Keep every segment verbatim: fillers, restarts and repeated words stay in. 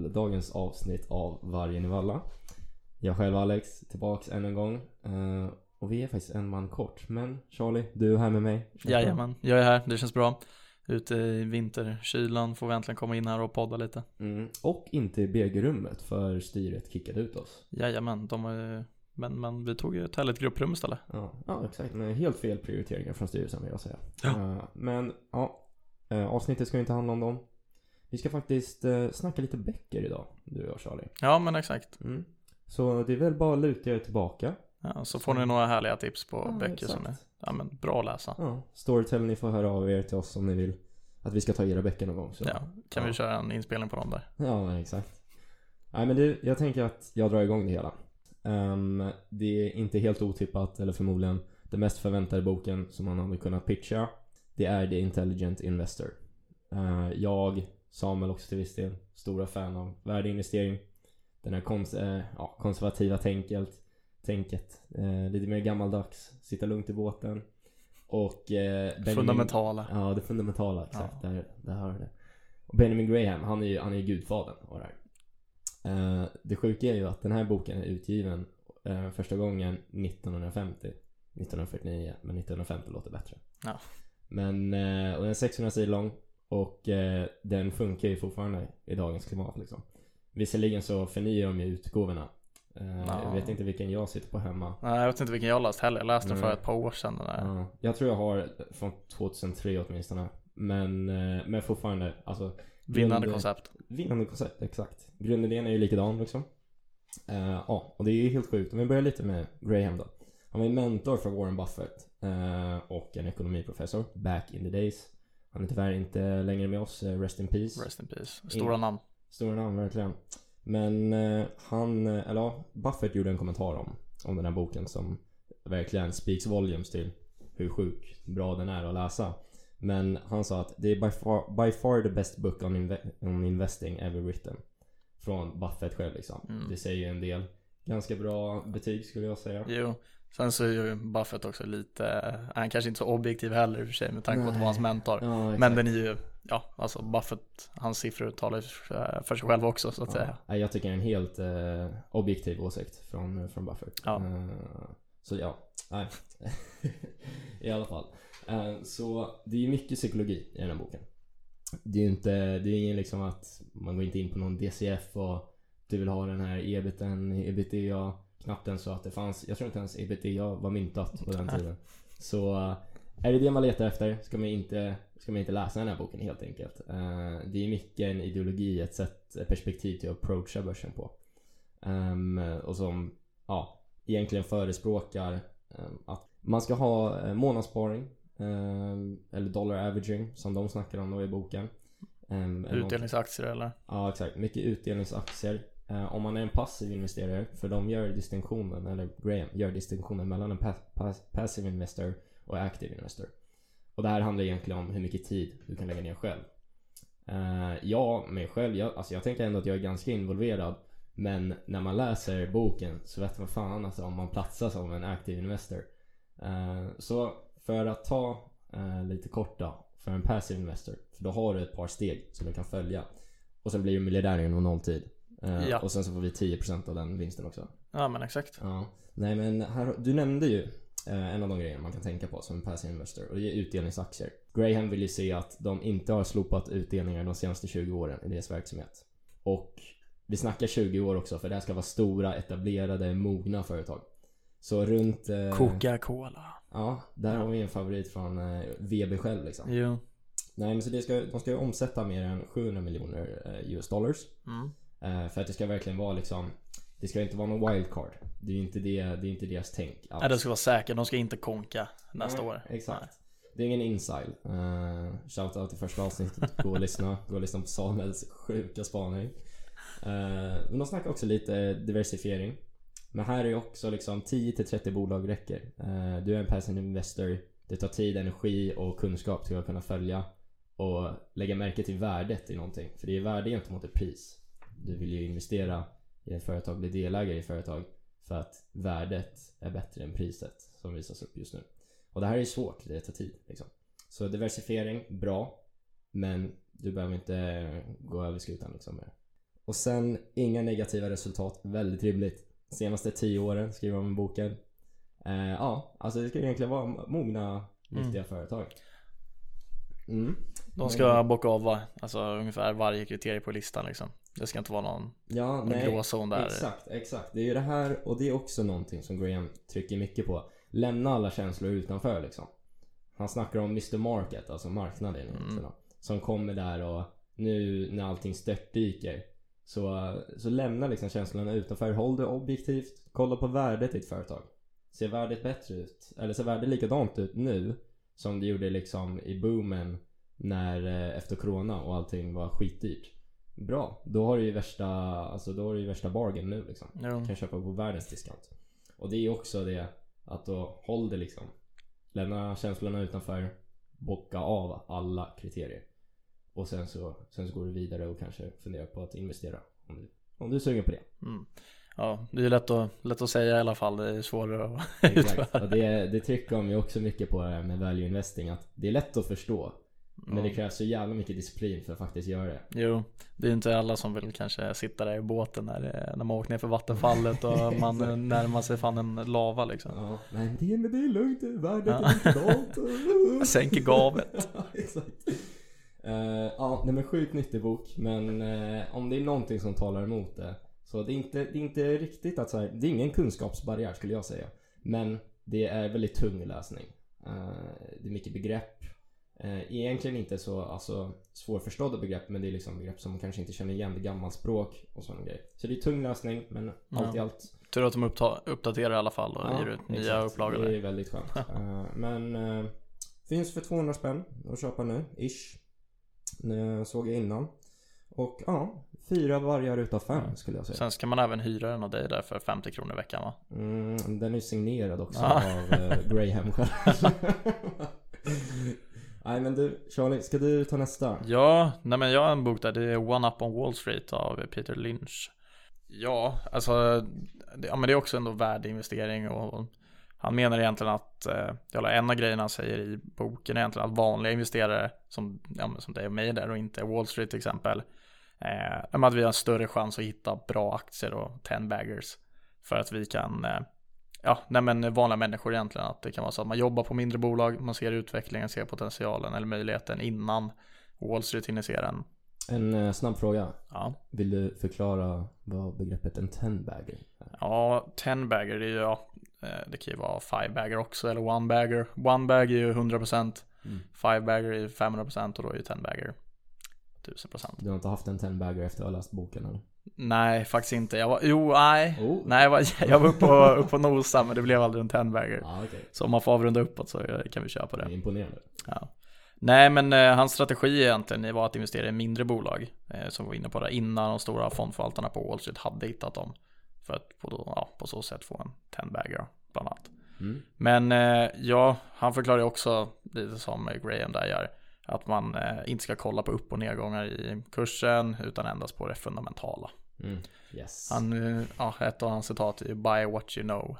till dagens avsnitt av Vargen i Valla. Jag själv Alex, tillbaks än en gång. Uh, och vi är faktiskt en man kort. Men Charlie, du är här med mig. Jajamän, jag är här, det känns bra. Ute i vinterkylan får vi äntligen komma in här och podda lite. Mm. Och inte i B G-rummet för styret kickade ut oss. Jajamän, de har, men, men vi tog ju ett härligt grupprum istället. Ja, ja exakt. Men helt fel prioriteringar från styrelsen vill jag säga. Ja. Uh, men ja, uh, avsnittet ska inte handla om dem. Vi ska faktiskt uh, snacka lite böcker idag, du och Charlie. Ja, men exakt. Mm. Så det är väl bara att luta er tillbaka. Ja, så får ni några härliga tips på ja, böcker exakt. som är ja, men bra att läsa. Ja, Storytel, ni får höra av er till oss om ni vill att vi ska ta era böcker någon gång. Så. Ja, kan ja. vi köra en inspelning på dem där? Ja, exakt. Nej, men det, jag tänker att jag drar igång det hela. Um, det är inte helt otippat, eller förmodligen den mest förväntade boken som man hade kunnat pitcha. Det är The Intelligent Investor. Uh, jag, Samuel också till viss del, stora fan av värdeinvestering. Den här kons- äh, ja, konservativa tänket, tänket äh, lite mer gammaldags, sitta lugnt i båten. Och äh, Benjamin, fundamentala. Ja, det fundamentala, exakt. Ja. Där, där har du det. Och Benjamin Graham, han är ju, han är ju gudfadern av det här. Uh, det sjuka är ju att den här boken är utgiven uh, första gången nittonhundrafemtio, nittonhundrafyrtionio, men nittonhundrafemtio låter bättre. Ja. Men uh, och den är sexhundra sidor lång och uh, den funkar ju fortfarande i dagens klimat liksom. Visserligen så förnyar de ju utgåvorna. Uh, ja. Jag vet inte vilken jag sitter på hemma. Nej, jag vet inte vilken jag läst heller. Jag läste den Nej. för ett par år sedan. Den där. Uh, jag tror jag har från tjugohundratre åtminstone. Men, uh, men fortfarande alltså, Vinnande grund, koncept. Vinnande koncept, exakt. Grundidén är ju likadan liksom. Uh, ja, och det är ju helt sjukt. Om vi börjar lite med Graham då. Han var ju mentor för Warren Buffett uh, och en ekonomiprofessor back in the days. Han är tyvärr inte längre med oss. uh, Rest in peace. Rest in peace. Stora in- namn. Stora namn, verkligen. Men uh, han, uh, eller ja, Buffett gjorde en kommentar om, om den här boken som verkligen speaks volumes till hur sjuk bra den är att läsa. Men han sa att det är by far, by far the best book on, inve- on investing ever written. Från Buffett själv liksom. Mm. Det säger ju en del. Ganska bra betyg skulle jag säga. Jo, sen så är ju Buffett också lite, han kanske inte så objektiv heller i och för sig med tanke på att det var hans mentor. Ja, exakt. Men den är ju, ja, alltså Buffett, hans siffror talar för sig själv också så att ja. säga. Nej, jag tycker det är en helt eh, objektiv åsikt från, från Buffett. Ja. Eh, så ja, nej. I alla fall. Eh, så det är ju mycket psykologi i den här boken. Det är ju inte, det är ingen liksom att man går inte in på någon D C F och du vill ha den här ebiten, ebitda, knappt ens så att det fanns, jag tror inte ens ebitda var myntat på den tiden. Så är det det man letar efter ska man inte, ska man inte läsa den här boken helt enkelt. Uh, det är mycket en ideologi, ett sätt, ett perspektiv till att approacha börsen på. Um, och som ja, egentligen förespråkar um, att man ska ha uh, månadssparing um, eller dollar averaging som de snackar om då i boken. Um, Utdelningsaktier eller? Ja, exakt. Mycket utdelningsaktier. Uh, om man är en passiv investerare, för de gör distinktionen, eller Graham gör distinktionen mellan en pa- pa- passive investor och active investor. Och det här handlar egentligen om hur mycket tid du kan lägga ner själv. Uh, jag, mig själv, jag, alltså jag tänker ändå att jag är ganska involverad. Men när man läser boken så vet man fan alltså om man platsar som en active investor. Uh, så för att ta uh, lite korta för en passive investor, för då har du ett par steg som du kan följa. Och sen blir du miljardär inom nolltid. Uh, ja. Och sen så får vi tio procent av den vinsten också. Ja, men exakt. Ja. Nej, men här, du nämnde ju uh, en av de grejerna man kan tänka på som en passive investor, och det är utdelningsaktier. Graham vill ju se att de inte har slopat utdelningar de senaste tjugo åren i deras verksamhet. Och vi snackar tjugo år också, för det här ska vara stora, etablerade, mogna företag. Så runt uh, Coca-Cola. Ja, där har vi en favorit från uh, V B själv liksom. Jo. Nej, men så det ska, de ska ju omsätta mer än sjuhundra miljoner uh, U S dollars. Mm. Uh, för att det ska verkligen vara liksom, det ska inte vara någon wildcard. Det är ju inte, det, det är inte deras tänk alls. Nej, det ska vara säkert. De ska inte konka nästa Nej, år. Exakt. Nej. Det är ingen inside. Uh, Shoutout till första avsnittet. Gå och lyssna. Gå och lyssna på Samuels sjuka spaning. Uh, men de snackar också lite diversifiering. Men här är ju också liksom tio till trettio bolag räcker. Uh, du är en passive investor. Det tar tid, energi och kunskap till att kunna följa och lägga märke till värdet i någonting. För det är värde gentemot ett pris. Du vill ju investera i ett företag, bli delägare i ett företag, för att värdet är bättre än priset som visas upp just nu. Och det här är svårt, det tar tid liksom. Så diversifiering, bra. Men du behöver inte gå över skutan liksom med. Och sen inga negativa resultat. Väldigt rimligt. Senaste tio åren skriver de i boken. Eh, ja, alltså det ska egentligen vara mogna, viktiga mm. företag. Mm. De ska men, bocka av va? Alltså ungefär varje kriterie på listan liksom. Det ska inte vara någon, ja, någon nej, gråzon där. Exakt, exakt. Det är ju det här, och det är också någonting som Graham trycker mycket på. Lämna alla känslor utanför liksom. Han snackar om mister Market, alltså marknaden mm. som kommer där och nu när allting störtdyker så, så lämna liksom känslorna utanför. Håll det objektivt, kolla på värdet i ett företag. Ser värdet bättre ut? Eller ser värdet likadant ut nu som det gjorde liksom i boomen när efter corona och allting var skitdyrt? Bra, då har du ju värsta, alltså då har du ju värsta bargain nu liksom. Ja. Kan köpa på världens discount. Och det är också det att då håll det liksom. Lämna känslorna utanför, bocka av alla kriterier. Och sen så, sen så går du vidare och kanske funderar på att investera om du, om du är sugen på det. Mm. Ja, det är lätt att, lätt att säga i alla fall. Det är svårare att Exakt. Och det, det trycker de ju också mycket på med value investing. Att det är lätt att förstå. Men mm. det krävs så jävla mycket disciplin för att faktiskt göra det. Jo, det är inte alla som vill kanske sitta där i båten när, när man åker ner för vattenfallet och man närmar sig fan en lava liksom. Ja, men det, men det är lugnt, värdet är likadant. Jag sänker gavet. Ja, exakt. Uh, ja, det är en sjukt nyttig bok. Men uh, om det är någonting som talar emot det, så det är inte, det är inte riktigt att så här, det är ingen kunskapsbarriär skulle jag säga. Men det är väldigt tung läsning. Uh, det är mycket begrepp. Uh, egentligen inte så alltså, svårförstådda begrepp, men det är liksom begrepp som man kanske inte känner igen, det gammal språk och sådana grejer. Så det är tung läsning, men ja. allt i allt. Tur att de uppta- uppdaterar i alla fall och ja, ger ut nya exakt. upplagor. Det är väldigt skönt. uh, Men uh, finns för tvåhundra spänn att köpa nu, ish. Uh, såg jag innan. Och ja, fyra vargar utav fem ja. skulle jag säga. Sen ska man även hyra den av dig där för femtio kronor i veckan va? Mm, den är signerad också ah. av uh, Graham själv. Nej men du, Charlie, ska du ta nästa? Ja, nej men jag har en bok där, det är One Up on Wall Street av Peter Lynch. Ja, alltså det, ja, men det är också ändå värdeinvestering och han menar egentligen att eh, en av grejerna han säger i boken är egentligen att vanliga investerare som, ja, som dig och mig där och inte Wall Street till exempel eh, att vi har en större chans att hitta bra aktier och ten baggers för att vi kan eh, ja, nej men vanliga människor egentligen, att det kan vara så att man jobbar på mindre bolag, man ser utvecklingen, ser potentialen eller möjligheten innan Wall Street hinner se den. En eh, snabb fråga. Ja. Vill du förklara vad begreppet en ten bagger är? Ja, ten bagger det är ju, ja, det kan ju vara five bagger också eller one bagger. One bag är ju hundra procent, mm. five bagger är femhundra procent och då är ju ten bagger tusen procent. Du har inte haft en ten bagger efter att ha läst boken eller? Nej, faktiskt inte. Jag var, jo, nej. Oh. Nej, jag var, jag var uppe på, upp på nosa, men det blev aldrig en ten bagger. Ah, okay. Så om man får avrunda uppåt så kan vi köpa det. Det är imponerande. Ja. Nej, men eh, hans strategi egentligen var att investera i mindre bolag eh, som var inne på det innan de stora fondförvaltarna på Wall Street hade hittat dem. För att på, ja, på så sätt få en ten bagger bland annat. Mm. Men eh, ja, han förklarar också lite som Graham där gör. Att man eh, inte ska kolla på upp- och nedgångar i kursen utan endast på det fundamentala. Mm. Yes. Han, eh, ja, ett av hans citat är buy what you know.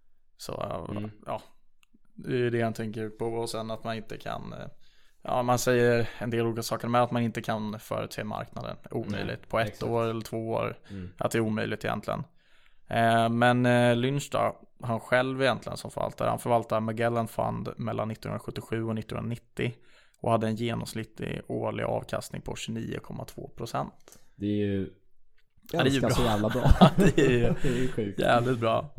Så mm. ja, det är det han tänker på. Och sen att man inte kan, eh, ja man säger en del olika saker med att man inte kan förutse marknaden. Omöjligt. Mm. På ett Exakt. år eller två år. Mm. Att det är omöjligt egentligen. Eh, men eh, Lynch då, han själv egentligen som förvaltare. Han förvaltar Magellan Fund mellan nittonhundrasjuttiosju och nittonhundranittio. Och hade en genomsnittlig årlig avkastning på tjugonio komma två procent. Det är ju ja, det är ju bra. Så jävla bra. Det är ju det är sjukt. Jävligt bra.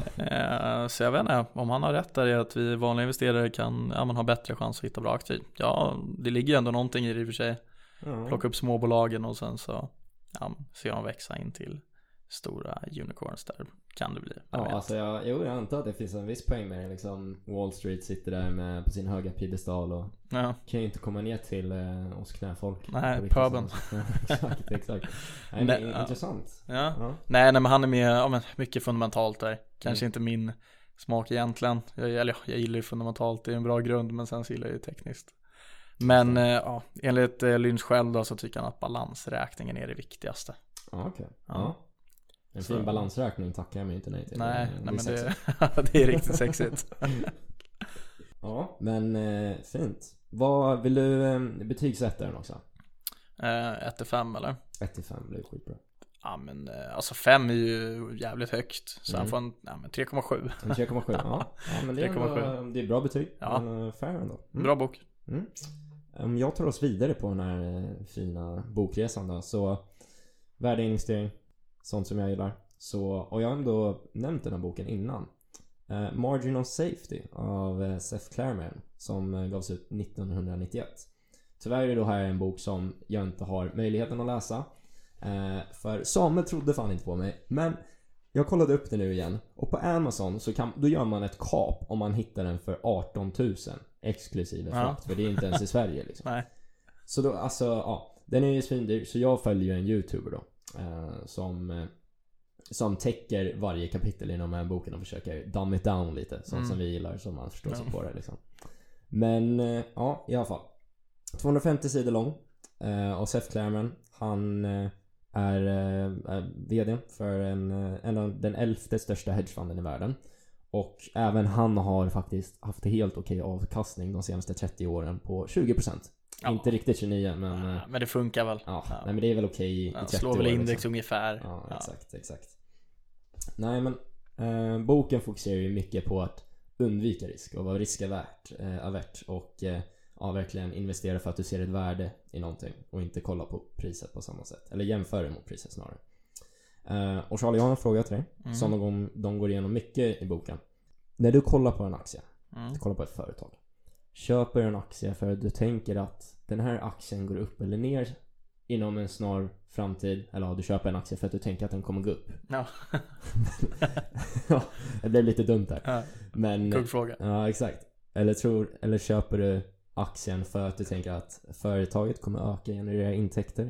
Oh. Så jag vet inte om han har rätt där i att vi vanliga investerare kan ja, man ha bättre chans att hitta bra aktier. Ja, det ligger ju ändå någonting i det i och för sig. Oh. Plocka upp småbolagen och sen så ja, se dem växa in till stora unicorns där kan det bli. Ja, alltså jag, jo, jag antar att det finns en viss poäng med det. Liksom Wall Street sitter där med på sin höga piedestal och ja. kan ju inte komma ner till eh, oss knäfolk. Nej, puben. Exakt, exakt. Nej, nej, ja. Intressant. Ja. Ja. Nej, nej, men han är med ja, men mycket fundamentalt där. Kanske mm. inte min smak egentligen. Jag, eller, jag gillar ju fundamentalt, det är en bra grund, men sen så gillar jag ju tekniskt. Men eh, ja, enligt eh, Lynch själv då, så tycker han att balansräkningen är det viktigaste. Ja, okej. Okay. Ja. Ja. En fin så. Balansräkning tackar jag mig inte nej till. Nej, det, nej men det, det är riktigt sexigt. Ja, men eh, fint. Vad vill du eh, betygsätta den också? Eh, ett till fem eller? ett till fem blir skitbra. Ja men alltså fem är ju jävligt högt. Så mm. han får en ja, men tre komma sju. tre komma sju, ja. Ja men det är, ändå, det är bra betyg. Ja. Men fair ändå. Mm. Bra bok. Mm. Om jag tar oss vidare på den här fina bokresan då, så värdeinvestering, sånt som jag gillar. Så, och jag har ändå nämnt den här boken innan. Uh, Margin of Safety av uh, Seth Klarman som uh, gavs ut nittonhundranittioett. Tyvärr är det här en bok som jag inte har möjligheten att läsa. Uh, för Samuel trodde fan inte på mig. Men jag kollade upp det nu igen. Och på Amazon så kan, då gör man ett kap om man hittar den för arton tusen exklusive frakt. Ja. För det är inte ens i Sverige liksom. Nej. Så då, alltså, ja. Den är ju svindyr. Så jag följer ju en YouTuber då. Uh, som... Uh, som täcker varje kapitel i de här boken och försöker dumb it down lite. Sånt mm. som vi gillar, som man förstår sig ja. på det liksom. Men ja, i alla fall tvåhundrafemtio sidor lång. Och Seth Klarman, han är, är vd för en, en av den elfte största hedgefonden i världen. Och även han har faktiskt haft helt okej avkastning de senaste trettio åren på tjugo procent. Ja. Inte riktigt tjugonio, men... Ja, men det funkar väl. Ja, ja. Nej, men det är väl okej i, ja, i trettio slår väl år, index liksom. ungefär. Ja, exakt, ja. exakt. Nej, men eh, boken fokuserar ju mycket på att undvika risk och vad risk är värt, eh, är värt och eh, ja, verkligen investera för att du ser ett värde i någonting och inte kolla på priset på samma sätt. Eller jämföra mot priset snarare. Eh, och Charlie, jag har en fråga till dig mm. som de, de går igenom mycket i boken. När du kollar på en aktie, mm. du kollar på ett företag, köper en aktie för att du tänker att den här aktien går upp eller ner inom en snar framtid, eller ja, du köper en aktie för att du tänker att den kommer gå upp. Ja. Ja, det blev lite dumt där. Ja. Men kuggfråga. Ja, exakt. Eller tror eller köper du aktien för att du tänker att företaget kommer öka, generera intäkter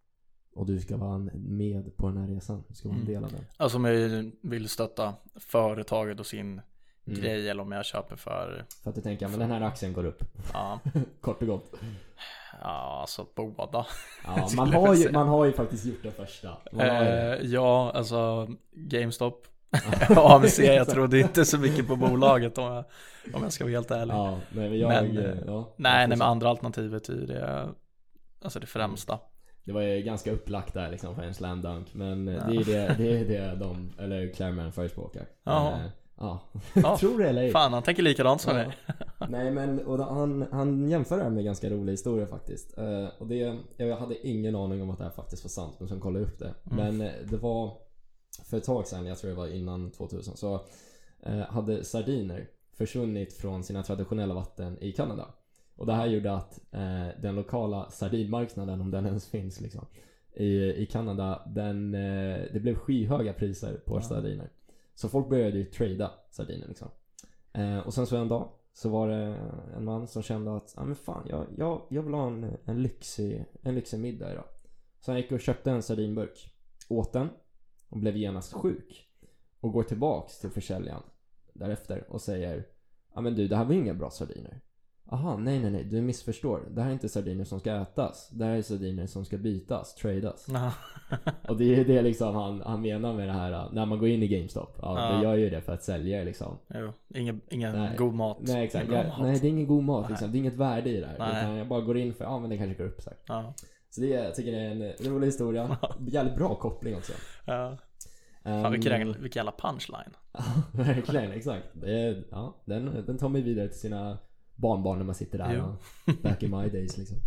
och du ska vara med på den här resan. Du ska vara en del av den. Alltså om jag vill stötta företaget och sin Mm. grej, eller om jag köper för för att du tänker, men den här aktien går upp. Ja. Kort och gott. Ja, alltså båda. Ja, man har ju man har ju faktiskt gjort det första. Eh, ja, alltså GameStop. A M C, jag trodde inte så mycket på bolaget om jag, om jag ska vara helt ärlig. Ja, men jag men, ja, nej, nej, men andra alternativet är det alltså det främsta. Det var ju ganska upplagt där liksom för en slam dunk, men ja. det är det det är det de eller Klarman förespråkar. Ja. Eh, Ja, ja. Tror det eller ej. Fan, han tänker likadant som mig. Ja. Nej, men och han, han jämför det här med ganska rolig historia faktiskt. uh, Och det, jag hade ingen aning om att det här faktiskt var sant, men som kollade upp det. mm. Men det var för ett tag sedan, jag tror det var innan tvåtusen, så uh, hade sardiner försvunnit från sina traditionella vatten i Kanada. Och det här gjorde att uh, den lokala sardinmarknaden, om den ens finns liksom, i, i Kanada, den, uh, det blev skyhöga priser på ja. sardiner. Så folk började ju trada sardiner liksom. Eh, och sen så en dag så var det en man som kände att ja ah, men fan, jag, jag, jag vill ha en, en, lyxig, en lyxig middag idag. Så han gick och köpte en sardinburk, åt den och blev genast sjuk. Och går tillbaks till försäljaren därefter och säger ja ah, men du, det här var inga bra sardiner. Aha, nej nej nej, du missförstår. Det här är inte sardiner som ska ätas. Det här är sardiner som ska bytas, tradas. Och det är det liksom han, han menar med det här. När man går in i GameStop, ja, ja. det gör ju det för att sälja liksom. Jo, ingen, ingen god mat. Nej, exakt. Jag, mat. Nej, det är ingen god mat liksom. Det är inget värde i det här. Utan jag bara går in för, ja men det kanske går upp så här. Ja. Så det, jag tycker det är en rolig historia. Jävligt bra koppling också. Ja. Fan, vilken, um, vilken jävla punchline. Verkligen, exakt. Det är, ja, den, den tar mig vidare till sina barnbarn när man sitter där och, back in my days liksom.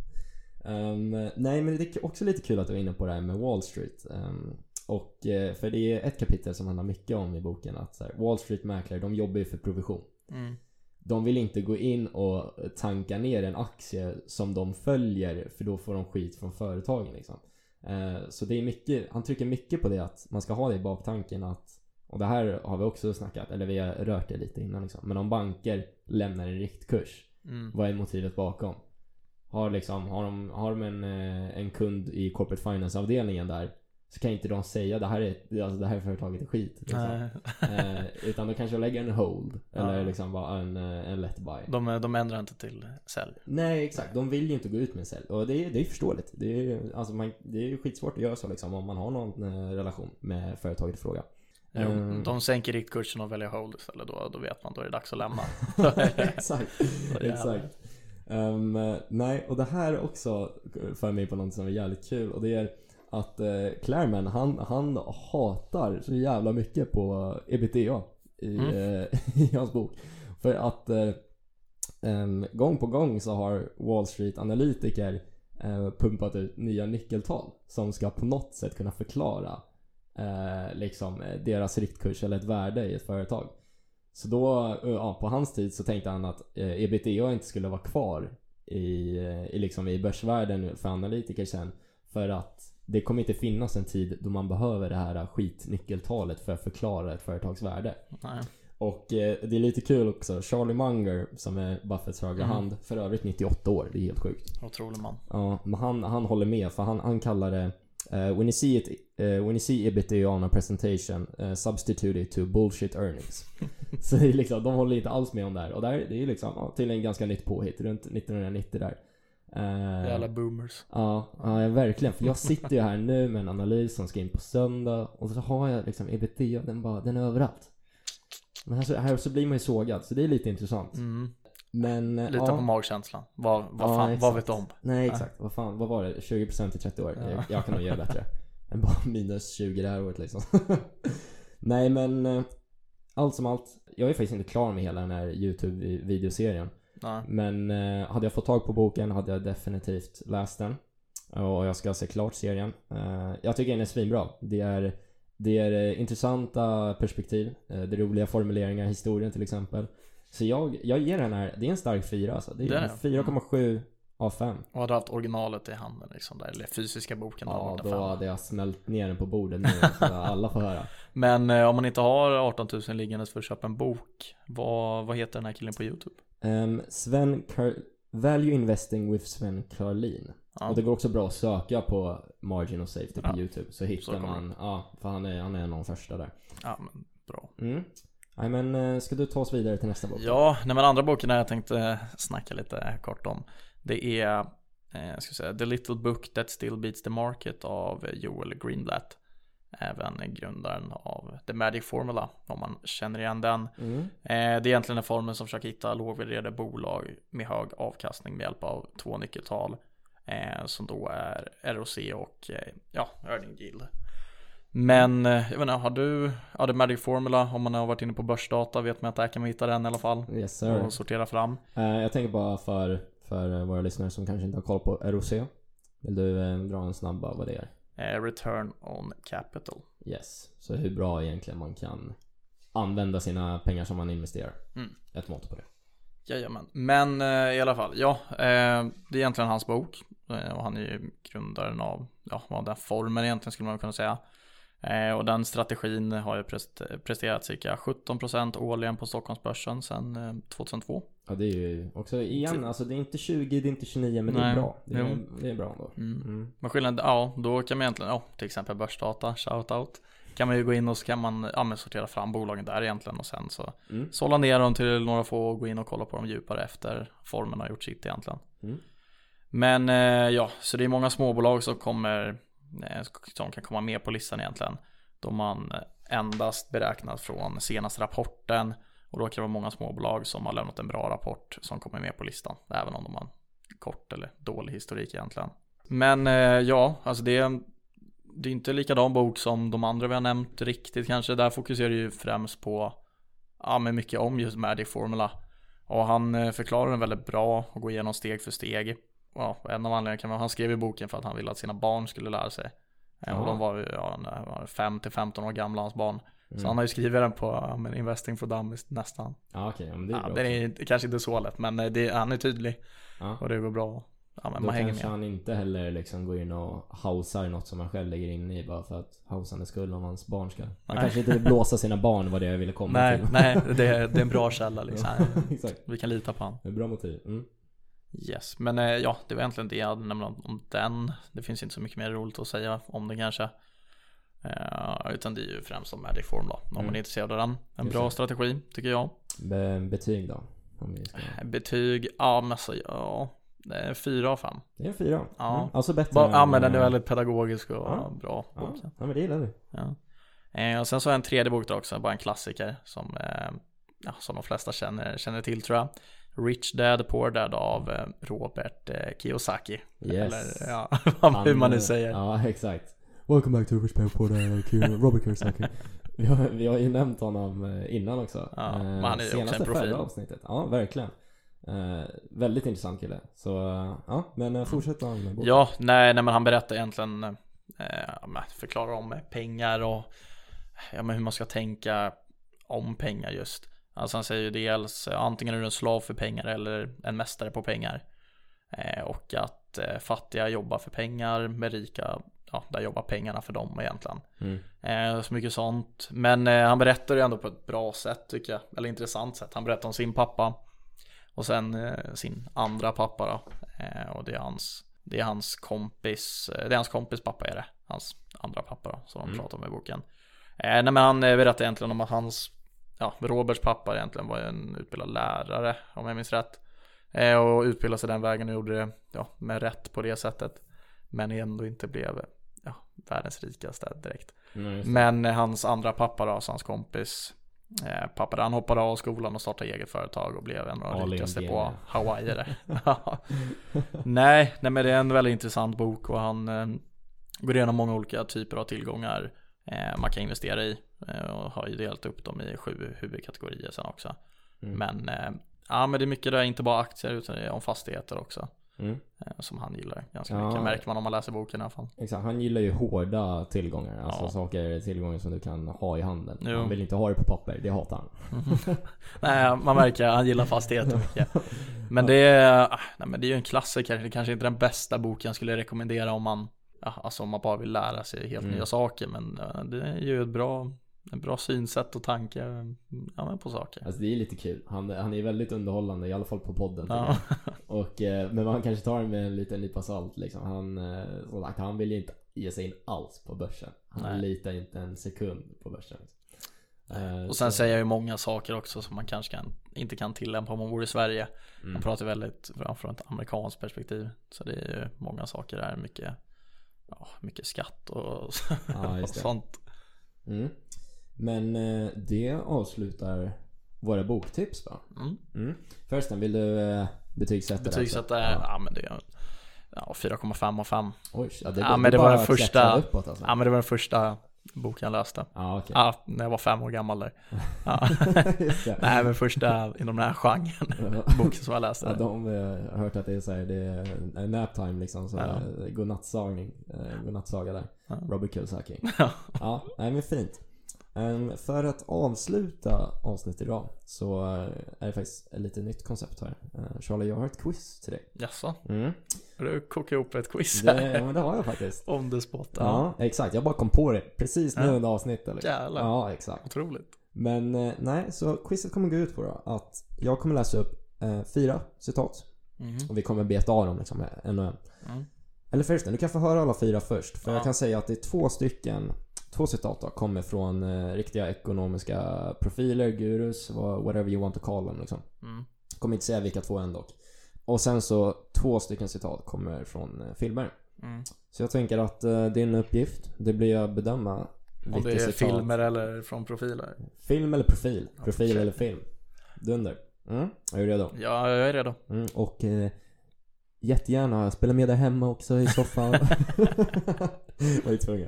um, Nej, men det är också lite kul att du är inne på det här med Wall Street. um, Och för det är ett kapitel som handlar mycket om i boken att så här, Wall Street mäklare, de jobbar ju för provision. mm. De vill inte gå in och tanka ner en aktie som de följer, för då får de skit från företagen liksom. uh, Så det är mycket, han trycker mycket på det, att man ska ha det i baktanken att, och det här har vi också snackat, eller vi har rört det lite innan liksom. Men om banker lämnar en riktkurs, mm. vad är motivet bakom? Har, liksom, har de, har de en, en kund i corporate finance-avdelningen där, så kan inte de säga det här är, alltså det här företaget är skit liksom. eh, Utan de kanske lägger en hold, eller ja. liksom bara en, en let buy. De, de ändrar inte till sälj. Nej, exakt, de vill ju inte gå ut med sälj. Och det är, det är förståeligt. Det är, alltså man, det är ju skitsvårt att göra så liksom, om man har någon relation med företaget i fråga. Jo, mm. De sänker riktkursen och väljer hold istället, då, då vet man, då är det dags att lämna. Exakt, exakt. Um, nej, och det här också för mig på något som är jävligt kul, och det är att eh, Claremont, han, han hatar så jävla mycket på ebitda i, mm. eh, i hans bok. För att eh, um, gång på gång så har Wall Street-analytiker eh, pumpat ut nya nyckeltal som ska på något sätt kunna förklara eh, liksom deras riktkurs eller ett värde i ett företag. Så då, ja, på hans tid så tänkte han att eh, ebitda inte skulle vara kvar i, i, liksom i börsvärlden för analytiker sen. För att det kommer inte finnas en tid då man behöver det här skitnyckeltalet för att förklara ett företags värde. Nej. Och eh, det är lite kul också. Charlie Munger, som är Buffetts högra mm. hand, för övrigt nittioåtta år, det är helt sjukt. Otrolig man. Ja, men han, han håller med, för han, han kallar det uh, when you see it, uh, when you see ebitda on a presentation, uh, substitute it to bullshit earnings. Så det är liksom, de håller inte alls med om det här. Och där, det är liksom ja, till en ganska nytt påhit, runt nittonhundranittio där. Uh, Jävla boomers. Ja, ja, verkligen. För jag sitter ju här nu med en analys som ska in på söndag. Och så har jag liksom ebitda, den, bara, den är överallt. Men här så, här så blir man ju sågad. Så det är lite intressant. Mm. Men, lite ja. på magkänslan. Vad, vad, ja, fan, vad vet de? Nej, exakt. Ja. Vad fan, vad var det? tjugo procent i trettio år. Ja. Jag, jag kan nog göra bättre. Än bara minus tjugo det här året liksom. Nej, men allt som allt. Jag är faktiskt inte klar med hela den här YouTube-videoserien. Nej. Men eh, hade jag fått tag på boken hade jag definitivt läst den. Och jag ska se klart serien. eh, Jag tycker den är svinbra. Det är, det är eh, intressanta perspektiv. eh, Det är roliga formuleringar, historien till exempel. Så jag, jag ger den här, det är en stark fyra alltså. Det är fyra komma sju av fem. Och hade haft originalet i handen liksom där, eller fysiska boken. Ja, då fem. Hade jag smält ner den på bordet nu så alla får höra. Men eh, om man inte har arton tusen liggandes för att köpa en bok, vad, vad heter den här killen på YouTube? Um, Sven Car- Value Investing with Sven Karlin. Ja. Och det går också bra att söka på Margin of Safety på ja. YouTube. Så hittar så man, ja, för han är, han är någon första där. Ja, men bra. Mm. Nej, men ska du ta oss vidare till nästa bok? Ja, nej, men andra boken jag tänkte snacka lite kort om. Det är, eh, jag ska säga, The Little Book That Still Beats the Market av Joel Greenblatt. Även grundaren av The Magic Formula, om man känner igen den. Mm. eh, Det är egentligen en formel som försöker hitta lågvärderade bolag med hög avkastning med hjälp av två nyckeltal, eh, som då är R O C och eh, ja, earning yield. Men jag vet inte, har du ja, The Magic Formula, om man har varit inne på börsdata vet man att där kan man hitta den i alla fall. Yes, sir. Och sortera fram. eh, Jag tänker bara för, för våra lyssnare som kanske inte har koll på R O C. Vill du eh, dra en snabb vad det är? Return on capital. Yes, så hur bra egentligen man kan använda sina pengar som man investerar. Mm. Ett mått på det. Jajamän, men eh, i alla fall, ja, eh, det är egentligen hans bok. eh, Och han är ju grundaren av, ja, vad den formen egentligen skulle man kunna säga. eh, Och den strategin har ju prest- presterat cirka sjutton procent årligen på Stockholmsbörsen sedan eh, tjugohundratvå. Ja, det är ju också igen, alltså det är inte tjugo, det är inte tjugonio, men Nej, det är bra. Det är, det är bra ändå. Mm. Mm. Men skillnaden, ja, då kan man egentligen, ja, till exempel börsdata, shoutout, kan man ju gå in och så kan man ja, men sortera fram bolagen där egentligen och sen så mm. sålla ner dem till några få och gå in och kolla på dem djupare efter formen har gjort sitt egentligen. Mm. Men eh, ja, så det är många småbolag som kommer eh, som kan komma med på listan egentligen, då man endast beräknat från senaste rapporten. Och då kan det vara många småbolag som har lämnat en bra rapport som kommer med på listan, även om de har kort eller dålig historik egentligen. Men eh, ja, alltså det är, det är inte likadan bok som de andra vi har nämnt riktigt kanske. Där fokuserar ju främst på ja, men mycket om just Magic Formula. Och han eh, förklarar den väldigt bra och går igenom steg för steg. Ja, en av anledningarna kan vara, han skrev i boken för att han ville att sina barn skulle lära sig. Eh, och de var ju ja, fem till femton år gamla, hans barn. Mm. Så han har ju skrivit den på ja, men Investing for Dummies nästan. Ja, okej, okay, men det är ja, bra. Det är kanske inte så lätt, men det, han är tydlig. Ja. Och det går bra. Ja, men då man hänger kanske med. Han inte heller liksom går in och hausar något som han själv lägger in i bara för att hausande skull om hans barn ska. Han nej. kanske inte vill blåsa sina barn, vad det jag ville komma nej, till. Nej, det är, det är en bra källa liksom. Exakt. Vi kan lita på han. Det är bra motiv. Mm. Yes, men eh, ja, det var egentligen det jag hade nämnt om den. Det finns inte så mycket mer roligt att säga om det kanske. Uh, utan det är ju främst om Magic Formula om mm. man är intresserad av den. En Just bra det. strategi tycker jag. Be- betyg då? Om vi ska... Betyg, ja men alltså, ja, det är fyra av fem. Det är en fyra? Ja. Mm. Alltså bättre ba- än... Ja men den är väldigt pedagogisk och ja. bra ja. bok. Ja men det gillar du. Ja. Eh, och sen så är en tredje bok då också, bara en klassiker som, eh, ja, som de flesta känner, känner till tror jag. Rich Dad Poor Dad av eh, Robert eh, Kiyosaki. Yes. Eller ja, hur man nu säger. Ja exakt. Welcome back to Overspel på Robert Kiyosaki. Vi har, vi har ju nämnt honom innan också. Ja, eh, men han är ju också en profil. Avsnittet. Ja, verkligen. Eh, väldigt intressant kille. Så ja, men eh, fortsätt med boken. Ja, nej, nej men han berättar egentligen eh, förklarar om pengar och ja, men hur man ska tänka om pengar just. Alltså han säger ju dels antingen är du en slav för pengar eller en mästare på pengar. Eh, och att eh, fattiga jobbar för pengar, med rika, ja, där jobbar pengarna för dem egentligen. Mm. Eh, så mycket sånt. Men eh, han berättar ju ändå på ett bra sätt tycker jag, eller intressant sätt. Han berättar om sin pappa och sen eh, sin andra pappa då. Eh, och det är hans det är hans kompis, det är hans kompis pappa är det. Hans andra pappa då, som de Mm. pratar om i boken. Eh, nej men han eh, berättar egentligen om att hans ja, Roberts pappa egentligen var en utbildad lärare om jag minns rätt. Eh, och utbildade sig den vägen och gjorde det ja, med rätt på det sättet. Men ändå inte blev ja, världens rikaste direkt. Mm, men eh, hans andra pappa då, alltså hans kompis eh, pappa, han hoppade av skolan och startade eget företag och blev en av de All rikaste in på game. Hawaii där. nej, nej men det är en väldigt intressant bok och han eh, går igenom många olika typer av tillgångar eh, man kan investera i eh, och har ju delat upp dem i sju huvudkategorier sen också. Mm. Men eh, ja, men det är mycket där, inte bara aktier utan det är om fastigheter också. Mm. Eh, som han gillar ganska Ja. mycket, märker man om man läser boken i alla fall. Exakt, han gillar ju hårda tillgångar. Alltså Ja. saker, tillgångar som du kan ha i handen. Jo. Han vill inte ha det på papper, det hatar han. Nej, man märker han gillar fastigheter mycket. Men det är, nej, men det är ju en klassiker. Det är kanske inte den bästa boken jag skulle rekommendera om man ja, alltså om man bara vill lära sig helt Mm. nya saker. Men uh, det är ju ett bra, en bra synsätt och tanke ja, men på saker. Alltså det är lite kul. Han, han är väldigt underhållande, i alla fall på podden. Ja. Och, eh, men man kanske tar det med en liten nypa salt liksom. Han, eh, som sagt, han vill ju inte ge sig in alls på börsen. Han Nej. litar inte en sekund på börsen. Eh, Och sen så- säger jag ju många saker också som man kanske kan, inte kan tillämpa om man bor i Sverige. Mm. Man pratar väldigt från ett amerikanskt perspektiv. Så det är ju många saker där, mycket, ja, mycket skatt och, Ja, och just det. sånt. Mm. Men eh, det avslutar våra boktips va? Mm. Mm. Förresten, vill du eh, betygsätta det? Betygsätta, alltså? ja. ja men det är ja, fyra komma fem av fem. Oj, ja, det, Ja, men det var bara den att första- klättra uppåt, alltså. Ja men det var den första boken jag läste. Ja, okej. Ja, när jag var fem år gammal där. Ja. Just det. Nej men första inom den här genren boken som jag läste. Ja, de eh, har hört att det är så här, det är nap time liksom, så Ja. ja. godnattsagning, eh, godnattsaga där. Ja. Robert Kiyosaki. Ja. Ja, nej men fint. Um, för att avsluta avsnittet idag så uh, är det faktiskt ett lite nytt koncept här. Uh, Charlie, jag har ett quiz till dig. Jaså? Mm. Har du kokat ihop ett quiz Det, här? ja, men det har jag faktiskt. On the spot. Ja, exakt. Jag bara kom på det precis nu Ja. under avsnittet. Liksom. Jävlar. Ja, exakt. Otroligt. Men eh, nej, så quizet kommer gå ut på då att jag kommer läsa upp eh, fyra citat. Mhm. Och vi kommer beta av dem liksom en och en. Mm. Eller förresten, du kan få höra alla fyra först. För Ja. jag kan säga att det är två stycken, två citat då, kommer från eh, riktiga ekonomiska profiler, gurus, wha- whatever you want to call them liksom. Mm. Kommer inte säga vilka två än dock. Och sen så två stycken citat kommer från eh, filmer. Mm. Så jag tänker att eh, din uppgift, det blir att bedöma Om vilka det är citat. filmer eller från profiler. Film eller profil? Profil Okej. eller film? Dunder. Mm, är du redo? Ja, jag är redo. Mm, och eh, jättegärna spela med där hemma också i soffan. Var ju tvungen.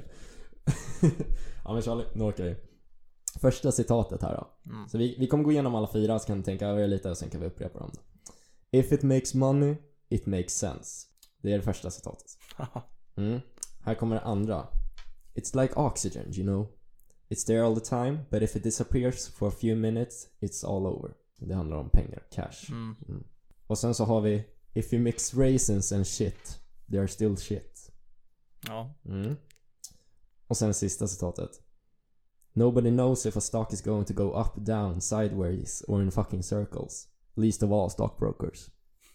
Ja men Charlie, nu åker vi. Första citatet här då. Mm. Så vi, vi kommer gå igenom alla fyra, så kan du tänka över det lite och sen kan vi upprepa dem. If it makes money, it makes sense. Det är det första citatet. Mm. Här kommer det andra. It's like oxygen, you know. It's there all the time, but if it disappears for a few minutes, it's all over. Det handlar om pengar, cash. Mm. Mm. Och sen så har vi if you mix raisins and shit, they are still shit. Ja. Mm. Och sen sista citatet. Nobody knows if a stock is going to go up, down, sideways or in fucking circles. Least of all stockbrokers.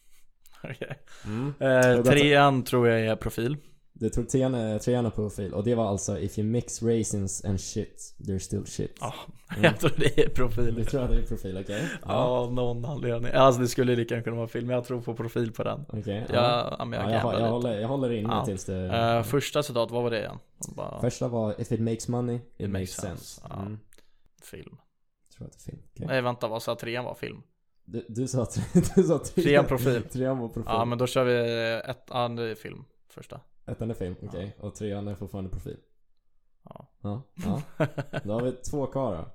Okej. Mm. Eh, trean tror jag är profil. Det tog trean, trean på profil. Och det var alltså if you mix raisins and shit, they're still shit. Ja, Mm. jag tror det är profil. Du tror att det är profil, okej? Okay? Ja, av någon anledning. Alltså det skulle lika kunna vara film, men jag tror på profil på den. Okej. Okay, Ja, ja, men jag ja, jag, gamblar jag, lite. håller, jag håller inne Ja. tills det... Eh, första citat, vad var det igen? Bara, Första var if it makes money, it, It makes makes sense. sense. Ja. Mm. film. Jag tror att det är film. Okay. Nej, vänta, vad sa trean var film? Du, du sa, du sa tre, Trean profil. Trean var profil. Ja, men då kör vi ett, ja, det är film. Första. Ettan är film, okej. Okay. Och trean är fortfarande profil. Ja. Ja, ja. Då har vi två kvar då.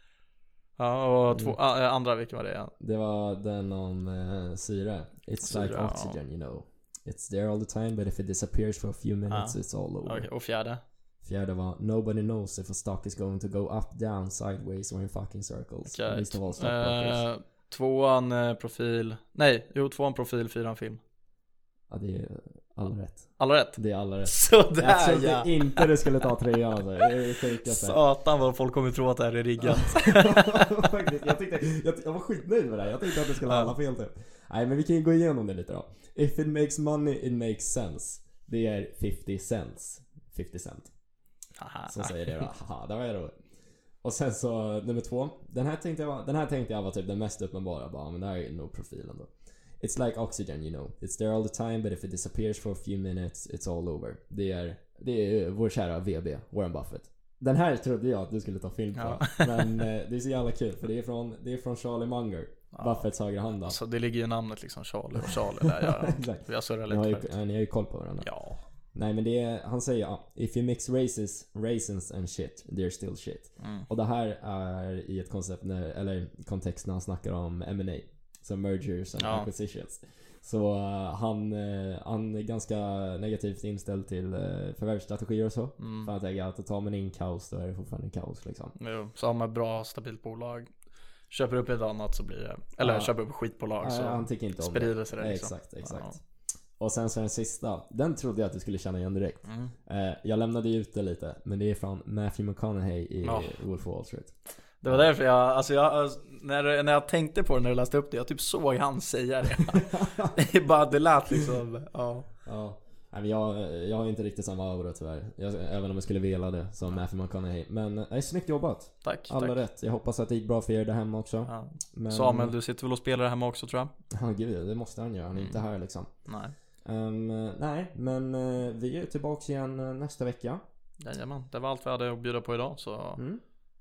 Ja, och två, mm. äh, andra, vilken var det? Det var den om uh, syre. It's syra, like oxygen, ja. You know. It's there all the time, but if it disappears for a few minutes, ja. It's all over. Okay. Och fjärde? Fjärde var nobody knows if a stock is going to go up, down, sideways or in fucking circles. Okay. Least of all stockbrokers. Uh, tvåan uh, profil. Nej, jo, tvåan profil, fyran film. Ja, det är alla rätt. Alla rätt? Det är alla rätt. Sådär, jag trodde ja. inte du skulle ta trean alltså. Det är sjukt. Satan vad folk kommer tro att det här är riggat. Faktiskt, jag, tyckte, jag, jag var skitnöjd med det här. Jag tänkte att det skulle ha alla fel typ. Nej, men vi kan ju gå igenom det lite då. If it makes money, it makes sense. Det är fifty cents. fifty cent. Aha. Så säger det då. Haha, det var jag roligt. Och sen så nummer två. Den här tänkte jag var, den här tänkte jag var typ den mest uppenbara. Bara, men det här är nog profilen då. It's like oxygen, you know. It's there all the time, but if it disappears for a few minutes, it's all over. Det är, det är vår kära V B, Warren Buffett. Den här trodde jag att du skulle ta film på. Ja. Men eh, det är så jävla kul, för det är från, det är från Charlie Munger. Ja. Buffetts högra hand då. Så det ligger ju namnet liksom Charlie och Charlie där. Ja. Exakt. Vi har surrat lite. Ni har, ju, ni har ju koll på varandra. Ja. Nej, men det är, han säger ja, if you mix races, raisins and shit, they're still shit. Mm. Och det här är i ett koncept när, eller kontext när han snackar om M and A, så mergers and ja. acquisitions. Så uh, han, uh, han är ganska negativt inställd till uh, förvärvsstrategier och så. Mm. För han tänker att tar man in kaos, då är det fortfarande kaos liksom. Jo, så har man ett bra, stabilt bolag, köper upp ett annat så blir det, eller ja. köper upp skitbolag, så ja, han tycker inte om sprider det. sig det liksom. Exakt, exakt. Ja. Och sen så den sista, den trodde jag att du skulle känna igen direkt. Mm. Uh, jag lämnade ju ut det lite, men det är från Matthew McConaughey i ja. Wolf of Wall Street. Det var därför jag, alltså jag, när, när jag tänkte på det när jag läste upp det, jag typ såg han säga det. Det är bara, det lät liksom, ja. Ja, men jag, jag har inte riktigt samma aura tyvärr. Jag, även om jag skulle vilja det som Matthew McConaughey. Men det är snyggt jobbat. Tack. Alla tack. rätt. Jag hoppas att det gick bra för er där hemma också. Ja. Men... Samuel, du sitter väl och spelar där hemma också, tror jag? Ja, gud, det måste han göra. Han är mm. inte här liksom. Nej. Um, nej, men uh, vi är tillbaka igen uh, nästa vecka. Jajamän, det var allt vi hade att bjuda på idag, så... Mm.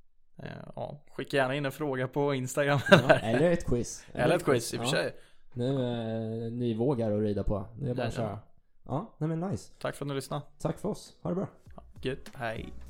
Ja, skicka gärna in en fråga på Instagram. Ja, eller ett quiz. Eller, eller ett quiz, i och för sig. Nu eh, ni vågar att rida på. Det är bara att köra. Ja, nej men nice. Tack för att ni lyssnade. Tack för oss. Ha det bra. Gött, hej.